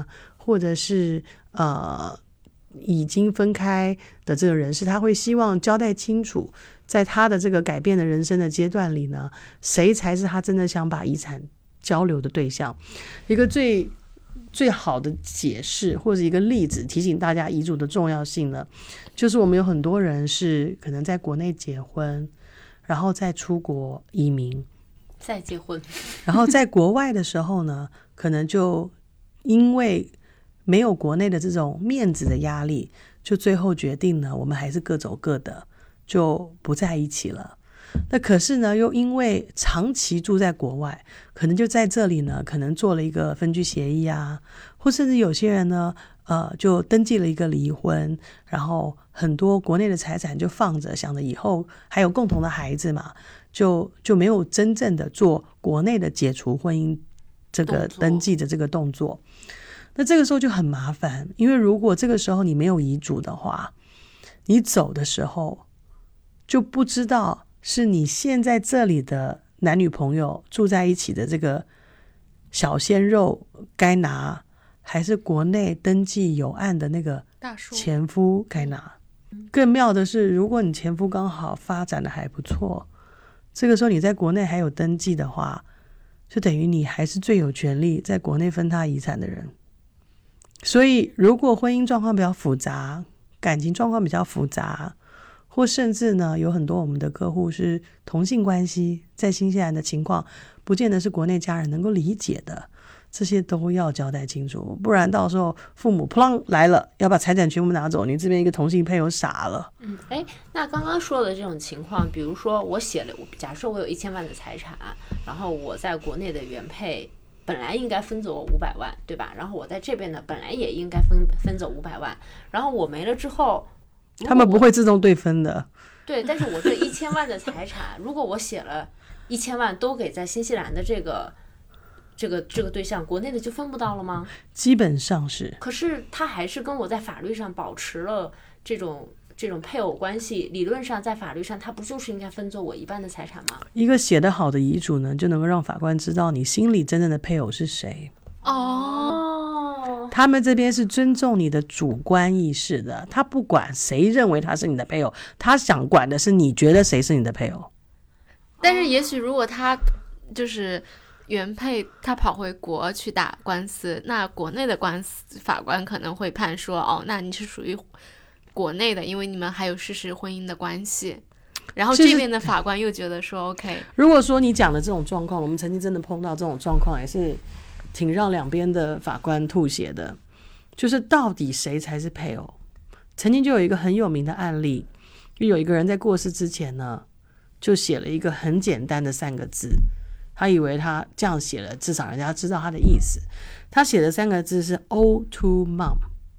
或者是呃已经分开的这个人士，他会希望交代清楚，在他的这个改变的人生的阶段里呢，谁才是他真的想把遗产交流的对象。一个最最好的解释或者一个例子提醒大家遗嘱的重要性呢，就是我们有很多人是可能在国内结婚，然后再出国移民， 再结婚， 然后在国外的时候呢，可能就因为没有国内的这种面子的压力，就最后决定呢，我们还是各走各的，就不在一起了。那可是呢，又因为长期住在国外，可能就在这里呢，可能做了一个分居协议啊，或甚至有些人呢，呃，就登记了一个离婚，然后很多国内的财产就放着，想着以后还有共同的孩子嘛，就就没有真正的做国内的解除婚姻这个登记的这个动作。那这个时候就很麻烦，因为如果这个时候你没有遗嘱的话，你走的时候就不知道是你现在这里的男女朋友住在一起的这个小鲜肉该拿，还是国内登记有案的那个前夫该拿。更妙的是，如果你前夫刚好发展的还不错，这个时候你在国内还有登记的话，就等于你还是最有权利在国内分他遗产的人。所以如果婚姻状况比较复杂，感情状况比较复杂，或甚至呢有很多我们的客户是同性关系，在新西兰的情况不见得是国内家人能够理解的，这些都要交代清楚，不然到时候父母扑啷来了，要把财产全部拿走，你这边一个同性配偶傻了。 嗯，哎，那刚刚说的这种情况，比如说我写了，假设我有一千万的财产，然后我在国内的原配本来应该分走五百万，对吧？然后我在这边呢，本来也应该分分走五百万，然后我没了之后， 他们不会自动对分的。 对，但是我这一千万的财产，如果我写了一千万都给在新西兰的这个这个这个对象，国内的就分不到了吗？ 基本上是。 可是他还是跟我在法律上保持了这种这种配偶关系，理论上在法律上他不就是应该分走我一半的财产吗？ 一个写得好的遗嘱呢，就能够让法官知道你心里真正的配偶是谁。 哦， 他们这边是尊重你的主观意识的，他不管谁认为他是你的配偶，他想管的是你觉得谁是你的配偶。 但是也许如果他就是原配他跑回国去打官司，那国内的官司法官可能会判说，哦，那你是属于国内的，因为你们还有事实婚姻的关系。然后这边的法官又觉得说 OK。 如果说你讲的这种状况，我们曾经真的碰到这种状况，也是挺让两边的法官吐血的，就是到底谁才是配偶。曾经就有一个很有名的案例，就有一个人在过世之前呢，就写了一个很简单的三个字，他以为他这样写了至少人家知道他的意思。他写的三个字是 O to mom。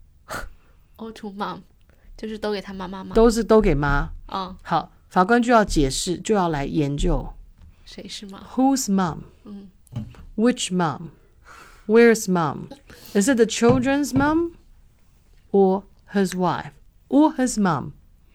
O to mom 就是都给他妈妈吗？ 都是都给妈。 嗯， 好，法官就要解释，就要来研究谁是妈 Who's mom？ 嗯 Which mom? Where's mom? Is it the children's mom? Or his wife? Or his mom?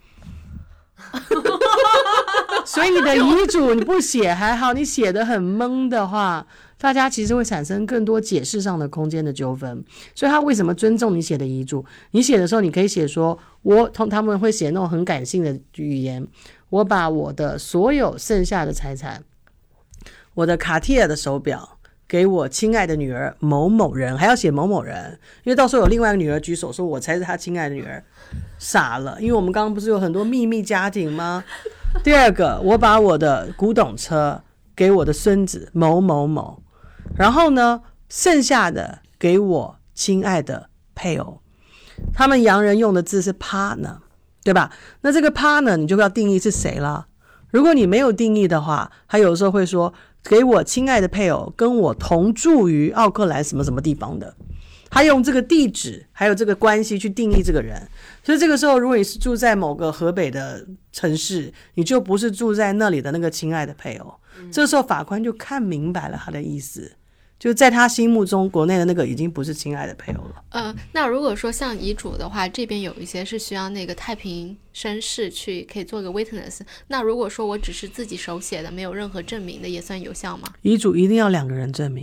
所以你的遗嘱你不写还好，你写得很懵的话，大家其实会产生更多解释上的空间的纠纷。所以他为什么尊重你写的遗嘱？你写的时候你可以写说，我他们会写那种很感性的语言，我把我的所有剩下的财产，我的卡地亚的手表给我亲爱的女儿某某人，还要写某某人，因为到时候有另外一个女儿举手说我才是她亲爱的女儿，傻了，因为我们刚刚不是有很多秘密家庭吗？第二个，我把我的古董车给我的孙子某某某，然后呢，剩下的给我亲爱的配偶。他们洋人用的字是 partner， 对吧？那这个 partner 你就要定义是谁了。如果你没有定义的话，他有时候会说给我亲爱的配偶跟我同住于奥克兰什么什么地方的，他用这个地址还有这个关系去定义这个人。所以这个时候如果你是住在某个河北的城市，你就不是住在那里的那个亲爱的配偶。这时候法官就看明白了他的意思，就在他心目中国内的那个已经不是亲爱的配偶了。 呃，那如果说像遗嘱的话，这边有一些是需要那个太平绅士去可以做个 witness， 那如果说我只是自己手写的没有任何证明的也算有效吗？ 遗嘱一定要两个人证明。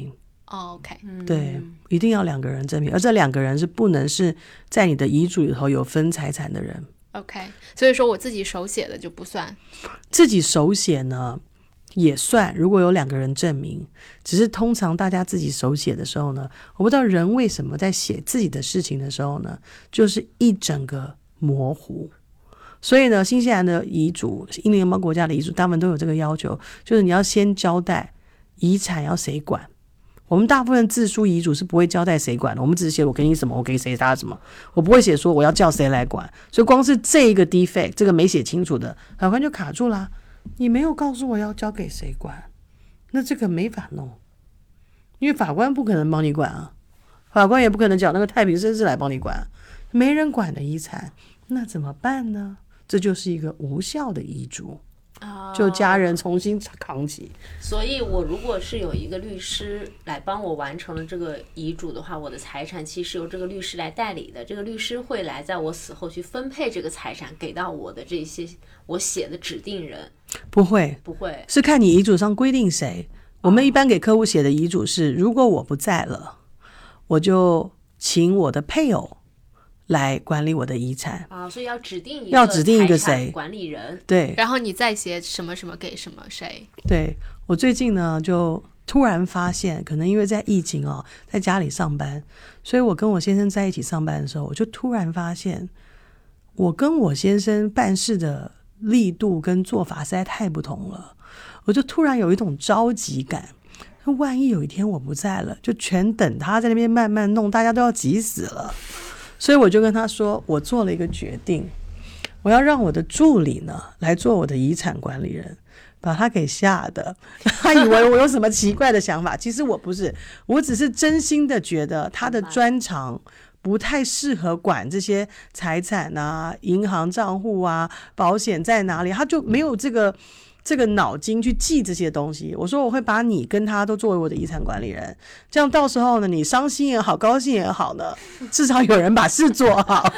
哦 OK， 对，一定要两个人证明，而这两个人是不能是在你的遗嘱里头有分财产的人。 OK， 所以说我自己手写的就不算。 自己手写呢也算，如果有两个人证明，只是通常大家自己手写的时候呢，我不知道人为什么在写自己的事情的时候呢，就是一整个模糊。所以呢，新西兰的遗嘱，英联邦国家的遗嘱，他们都有这个要求，就是你要先交代遗产要谁管。我们大部分自书遗嘱是不会交代谁管的，我们只是写我给你什么，我给谁他什么，我不会写说我要叫谁来管。所以光是这个 defect， 这个没写清楚的，法官就卡住啦。你没有告诉我要交给谁管，那这个没法弄，因为法官不可能帮你管啊，法官也不可能叫那个太平绅士来帮你管，没人管的遗产，那怎么办呢？这就是一个无效的遗嘱。就家人重新扛起。 所以我如果是有一个律师来帮我完成了这个遗嘱的话，我的财产其实由这个律师来代理的，这个律师会来在我死后去分配这个财产给到我的这些我写的指定人。 不会不会， 是看你遗嘱上规定谁。我们一般给客户写的遗嘱是，如果我不在了，我就请我的配偶来管理我的遗产啊，所以要指定一个要指定一个谁管理人， 对， 然后你再写什么什么给什么谁。 对，我最近呢就突然发现，可能因为在疫情哦，在家里上班，所以我跟我先生在一起上班的时候，我就突然发现，我跟我先生办事的力度跟做法实在太不同了，我就突然有一种着急感。万一有一天我不在了，就全等他在那边慢慢弄，大家都要急死了。所以我就跟他说，我做了一个决定，我要让我的助理呢来做我的遗产管理人，把他给吓的，他以为我有什么奇怪的想法，其实我不是，我只是真心的觉得他的专长不太适合管这些财产啊、银行账户啊、保险在哪里，他就没有这个这个脑筋去记这些东西。我说我会把你跟他都作为我的遗产管理人，这样到时候呢，你伤心也好，高兴也好呢，至少有人把事做好。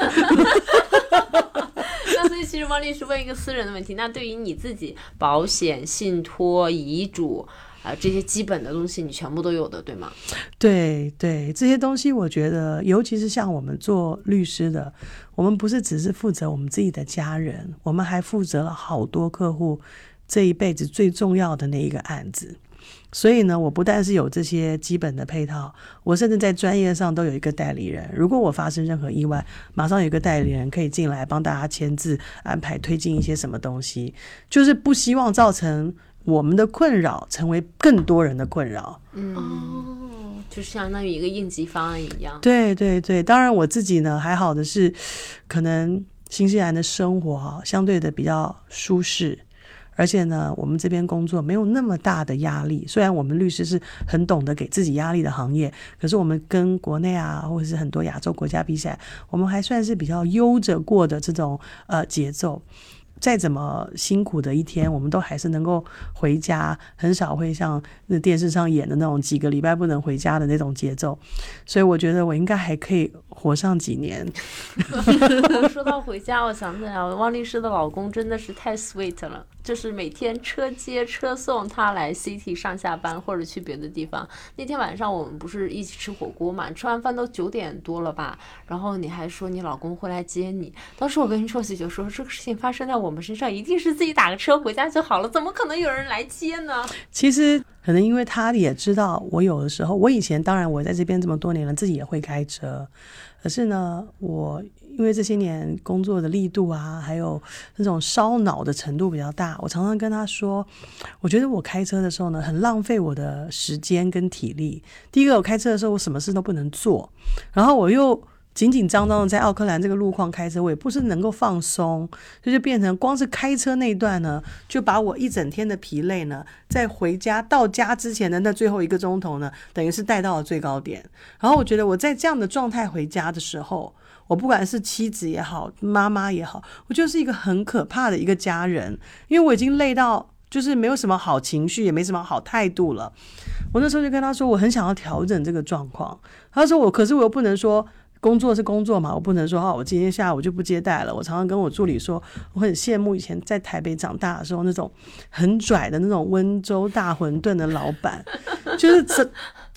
那所以其实汪律师问一个私人的问题，那对于你自己保险、信托、遗嘱啊、呃、这些基本的东西，你全部都有的，对吗？ 对对，这些东西我觉得，尤其是像我们做律师的，我们不是只是负责我们自己的家人，我们还负责了好多客户这一辈子最重要的那一个案子。所以呢，我不但是有这些基本的配套，我甚至在专业上都有一个代理人，如果我发生任何意外，马上有一个代理人可以进来帮大家签字、安排推进一些什么东西，就是不希望造成我们的困扰成为更多人的困扰。 嗯，哦，就相当于一个应急方案一样。 对对对，当然我自己呢还好的是，可能新西兰的生活相对的比较舒适，而且呢我们这边工作没有那么大的压力，虽然我们律师是很懂得给自己压力的行业，可是我们跟国内啊或者是很多亚洲国家比起来，我们还算是比较悠着过的这种呃节奏。再怎么辛苦的一天，我们都还是能够回家，很少会像那电视上演的那种几个礼拜不能回家的那种节奏，所以我觉得我应该还可以活上几年。 说到回家，我想起来汪律师的老公真的是太 sweet 了，就是每天车接车送他来 city 上下班或者去别的地方。那天晚上我们不是一起吃火锅嘛，吃完饭都九点多了吧，然后你还说你老公会来接你，当时我跟硕喜就说这个事情发生在我们身上一定是自己打个车回家就好了，怎么可能有人来接呢？ 其实可能因为他也知道我有的时候，我以前当然我在这边这么多年了自己也会开车，可是呢我因为这些年工作的力度啊还有那种烧脑的程度比较大，我常常跟他说我觉得我开车的时候呢很浪费我的时间跟体力。第一个我开车的时候我什么事都不能做，然后我又紧紧张张的在奥克兰这个路况开车，我也不是能够放松，所以就变成光是开车那一段呢就把我一整天的疲累呢在回家到家之前的那最后一个钟头呢等于是带到了最高点。然后我觉得我在这样的状态回家的时候，我不管是妻子也好妈妈也好，我就是一个很可怕的一个家人，因为我已经累到就是没有什么好情绪也没什么好态度了。我那时候就跟他说我很想要调整这个状况，他说我可是我又不能说工作是工作嘛，我不能说哦，我今天下午就不接待了。我常常跟我助理说，我很羡慕以前在台北长大的时候那种很拽的那种温州大馄饨的老板，就是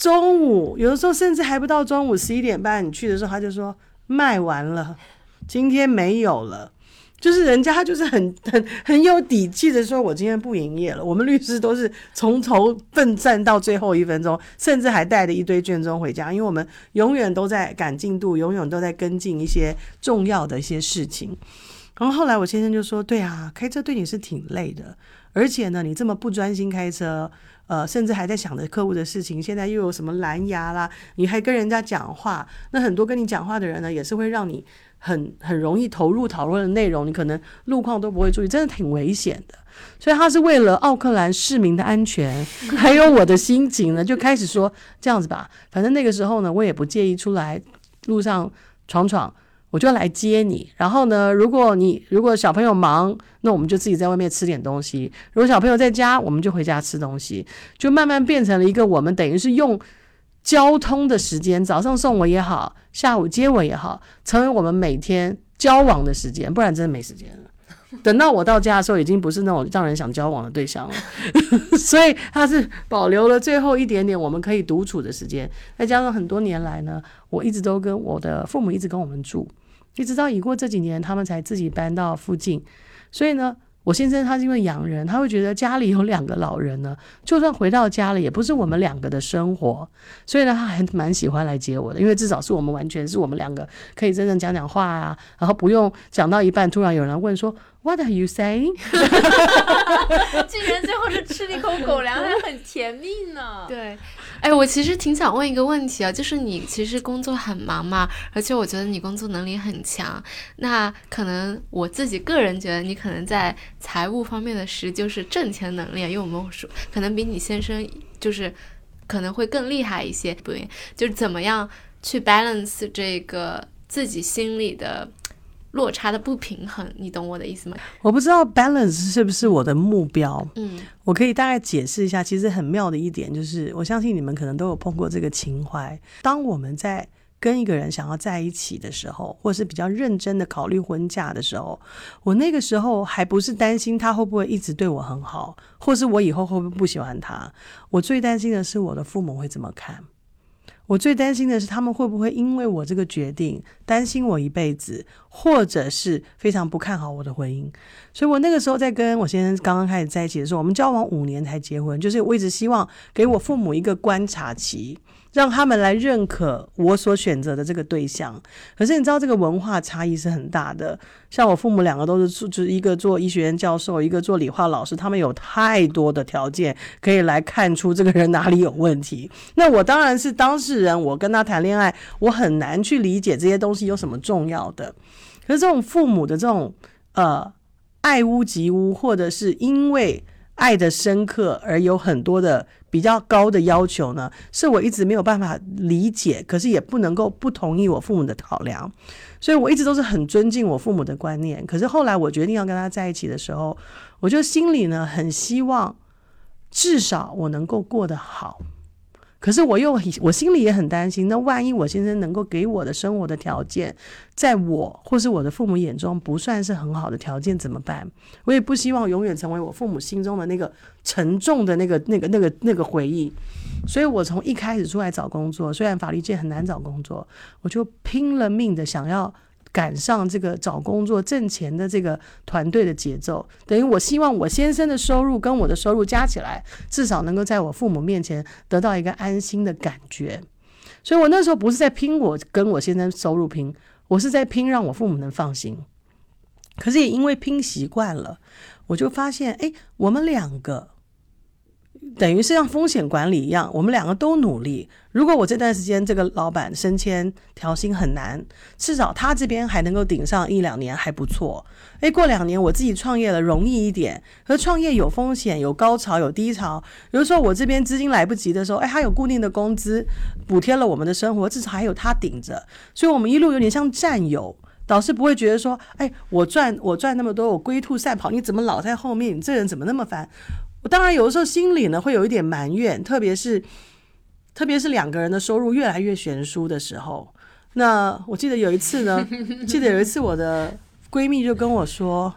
中午有的时候甚至还不到中午十一点半，你去的时候他就说卖完了，今天没有了。就是人家就是很很很有底气的说，我今天不营业了。我们律师都是从头奋战到最后一分钟，甚至还带着一堆卷宗回家，因为我们永远都在赶进度，永远都在跟进一些重要的一些事情。然后后来我先生就说，对啊，开车对你是挺累的，而且呢你这么不专心开车，呃，甚至还在想着客户的事情，现在又有什么蓝牙啦，你还跟人家讲话，那很多跟你讲话的人呢也是会让你很很容易投入讨论的内容，你可能路况都不会注意，真的挺危险的。所以他是为了奥克兰市民的安全还有我的心情呢，就开始说这样子吧，反正那个时候呢我也不介意出来路上闯闯，我就来接你，然后呢如果你如果小朋友忙，那我们就自己在外面吃点东西，如果小朋友在家，我们就回家吃东西，就慢慢变成了一个我们等于是用交通的时间，早上送我也好，下午接我也好，成为我们每天交往的时间，不然真的没时间了。等到我到家的时候，已经不是那种让人想交往的对象了所以他是保留了最后一点点我们可以独处的时间。再加上很多年来呢，我一直都跟我的父母一直跟我们住，一直到已过这几年他们才自己搬到附近。所以呢我先生他是因为洋人，他会觉得家里有两个老人呢，就算回到家了也不是我们两个的生活，所以呢他还蛮喜欢来接我的，因为至少是我们完全是我们两个可以真正讲讲话啊，然后不用讲到一半突然有人问说 What are you saying 竟然最后是吃了一口狗粮还很甜蜜呢。 对，哎，我其实挺想问一个问题啊，就是你其实工作很忙嘛，而且我觉得你工作能力很强，那可能我自己个人觉得你可能在财务方面的实就是挣钱能力，因为我们说可能比你先生就是可能会更厉害一些，不对，就是怎么样去 balance 这个自己心里的落差的不平衡，你懂我的意思吗？ 我不知道 balance 是不是我的目标， 嗯， 我可以大概解释一下。其实很妙的一点就是，我相信你们可能都有碰过这个情怀，当我们在跟一个人想要在一起的时候，或是比较认真的考虑婚嫁的时候，我那个时候还不是担心他会不会一直对我很好，或是我以后会不会不喜欢他，我最担心的是我的父母会怎么看，我最担心的是他们会不会因为我这个决定担心我一辈子，或者是非常不看好我的婚姻。所以我那个时候在跟我先生刚刚开始在一起的时候，我们交往五年才结婚，就是我一直希望给我父母一个观察期，让他们来认可我所选择的这个对象。可是你知道这个文化差异是很大的，像我父母两个都是就是一个做医学院教授，一个做理化老师，他们有太多的条件可以来看出这个人哪里有问题。那我当然是当事人，我跟他谈恋爱，我很难去理解这些东西有什么重要的。可是这种父母的这种呃爱屋及乌，或者是因为爱的深刻而有很多的比较高的要求呢，是我一直没有办法理解，可是也不能够不同意我父母的考量。所以我一直都是很尊敬我父母的观念。可是后来我决定要跟他在一起的时候，我就心里呢很希望至少我能够过得好，可是我又我心里也很担心，那万一我先生能够给我的生活的条件在我或是我的父母眼中不算是很好的条件怎么办？我也不希望永远成为我父母心中的那个沉重的那个那个那个那个回忆。所以我从一开始出来找工作，虽然法律界很难找工作，我就拼了命的想要赶上这个找工作挣钱的这个团队的节奏，等于我希望我先生的收入跟我的收入加起来至少能够在我父母面前得到一个安心的感觉。所以我那时候不是在拼我跟我先生收入拼，我是在拼让我父母能放心。可是也因为拼习惯了，我就发现哎，我们两个等于是像风险管理一样，我们两个都努力。如果我这段时间这个老板升迁调薪很难，至少他这边还能够顶上一两年还不错。诶，过两年我自己创业了容易一点，可是创业有风险，有高潮有低潮。有的时候我这边资金来不及的时候，诶，他有固定的工资补贴了我们的生活，至少还有他顶着。所以我们一路有点像战友，导师不会觉得说，哎，我赚我赚那么多，我龟兔赛跑，你怎么老在后面？你这人怎么那么烦？我当然有的时候心里呢会有一点埋怨，特别是特别是两个人的收入越来越悬殊的时候。那我记得有一次呢，记得有一次我的闺蜜就跟我说，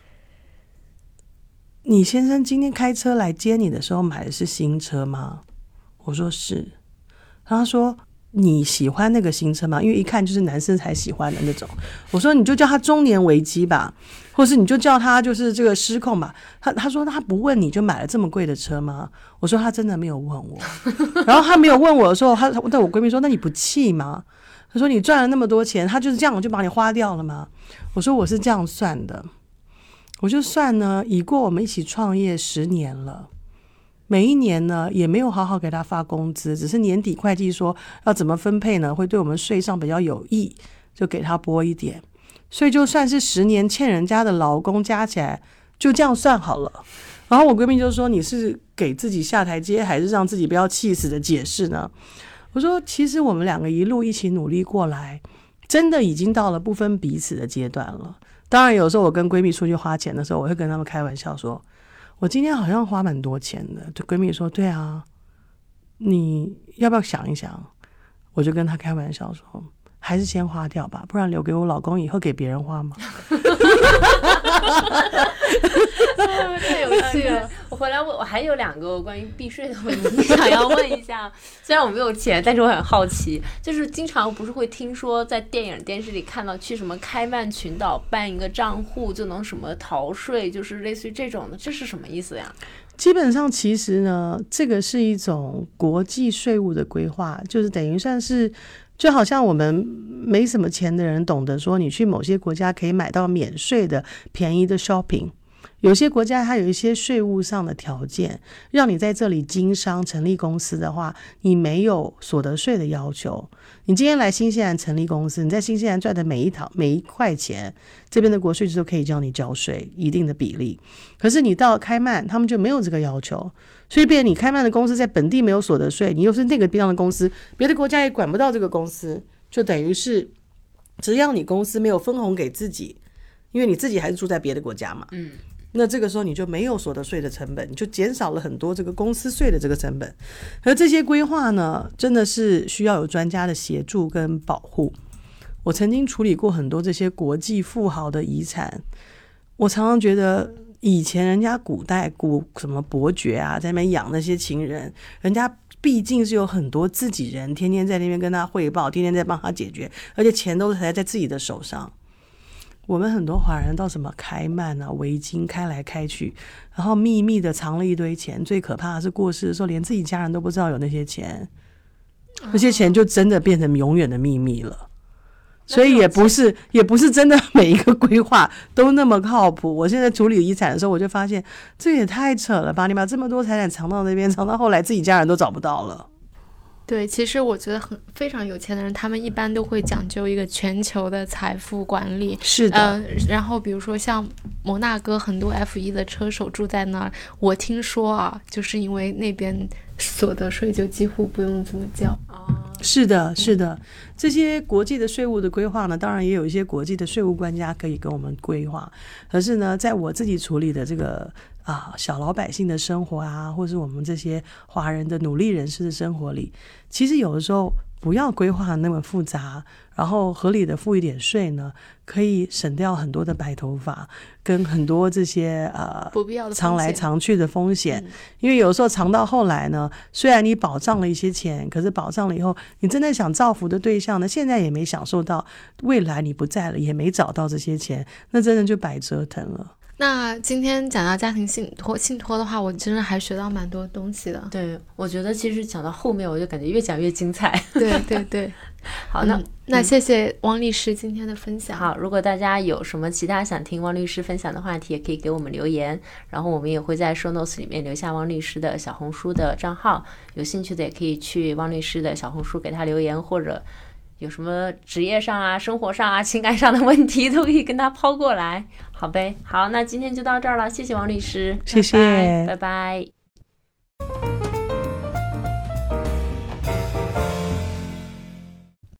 你先生今天开车来接你的时候买的是新车吗？我说是。 然后他说你喜欢那个行程吗？因为一看就是男生才喜欢的那种。我说你就叫他中年危机吧，或是你就叫他就是这个失控吧。他他说他不问你就买了这么贵的车吗？我说他真的没有问我。然后他没有问我的时候，他但我闺蜜说那你不气吗？他说你赚了那么多钱，他就是这样我就把你花掉了吗？我说我是这样算的，我就算呢，已过我们一起创业十年了。每一年呢也没有好好给他发工资，只是年底会计说要怎么分配呢，会对我们税上比较有益，就给他拨一点。所以就算是十年欠人家的劳工加起来就这样算好了。然后我闺蜜就说你是给自己下台阶还是让自己不要气死的解释呢？我说其实我们两个一路一起努力过来，真的已经到了不分彼此的阶段了。当然有时候我跟闺蜜出去花钱的时候，我会跟他们开玩笑说我今天好像花蛮多钱的，就闺蜜说对啊，你要不要想一想？我就跟她开玩笑说还是先花掉吧，不然留给我老公以后给别人花吗？ 太有趣了！我回来问，我还有两个关于避税的问题想要问一下。虽然我没有钱，但是我很好奇，就是经常不是会听说在电影、电视里看到去什么开曼群岛办一个账户就能什么逃税，就是类似于这种的，这是什么意思呀？ 基本上其实呢，这个是一种国际税务的规划，就是等于算是就好像我们没什么钱的人懂得说你去某些国家可以买到免税的便宜的 shopping， 有些国家它有一些税务上的条件让你在这里经商成立公司的话，你没有所得税的要求。你今天来新西兰成立公司，你在新西兰赚的每一套每一块钱，这边的国税局都可以叫你交税一定的比例。可是你到开曼他们就没有这个要求，所以变成你开曼的公司在本地没有所得税，你又是那个地方的公司，别的国家也管不到这个公司，就等于是只要你公司没有分红给自己，因为你自己还是住在别的国家嘛，嗯，那这个时候你就没有所得税的成本，你就减少了很多这个公司税的这个成本。而这些规划呢，真的是需要有专家的协助跟保护。我曾经处理过很多这些国际富豪的遗产，我常常觉得以前人家古代古什么伯爵啊，在那边养那些情人，人家毕竟是有很多自己人天天在那边跟他汇报，天天在帮他解决，而且钱都还在自己的手上。我们很多华人到什么开曼啊、维京开来开去，然后秘密的藏了一堆钱，最可怕的是过世的时候连自己家人都不知道有那些钱，那些钱就真的变成永远的秘密了。所以也不是也不是真的每一个规划都那么靠谱。我现在处理遗产的时候，我就发现这也太扯了吧，你把这么多财产藏到那边，藏到后来自己家人都找不到了。 对，其实我觉得很非常有钱的人，他们一般都会讲究一个全球的财富管理。 是的， 呃，然后比如说像摩纳哥很多 F 一 的车手住在那儿，我听说啊，就是因为那边所得税就几乎不用怎么交。 哦， 是的，是的，这些国际的税务的规划呢，当然也有一些国际的税务专家可以跟我们规划。可是呢，在我自己处理的这个啊小老百姓的生活啊，或是我们这些华人的努力人士的生活里，其实有的时候不要规划那么复杂，然后合理的付一点税呢，可以省掉很多的白头发跟很多这些呃不必要的藏来藏去的风险。嗯，因为有时候藏到后来呢，虽然你保障了一些钱，可是保障了以后，你真的想造福的对象呢，现在也没享受到，未来你不在了也没找到这些钱，那真的就白折腾了。 那今天讲到家庭信托信托的话，我真的还学到蛮多东西的。 对，我觉得其实讲到后面我就感觉越讲越精彩。 对对对。 好，那、 嗯、那谢谢汪律师今天的分享。 好，如果大家有什么其他想听汪律师分享的话题，也可以给我们留言，然后我们也会在 show notes 里面留下汪律师的小红书的账号，有兴趣的也可以去汪律师的小红书给他留言，或者有什么职业上啊、生活上啊、情感上的问题都可以跟他抛过来。好呗，好，那今天就到这儿了，谢谢王律师， 谢谢， 拜拜。拜拜。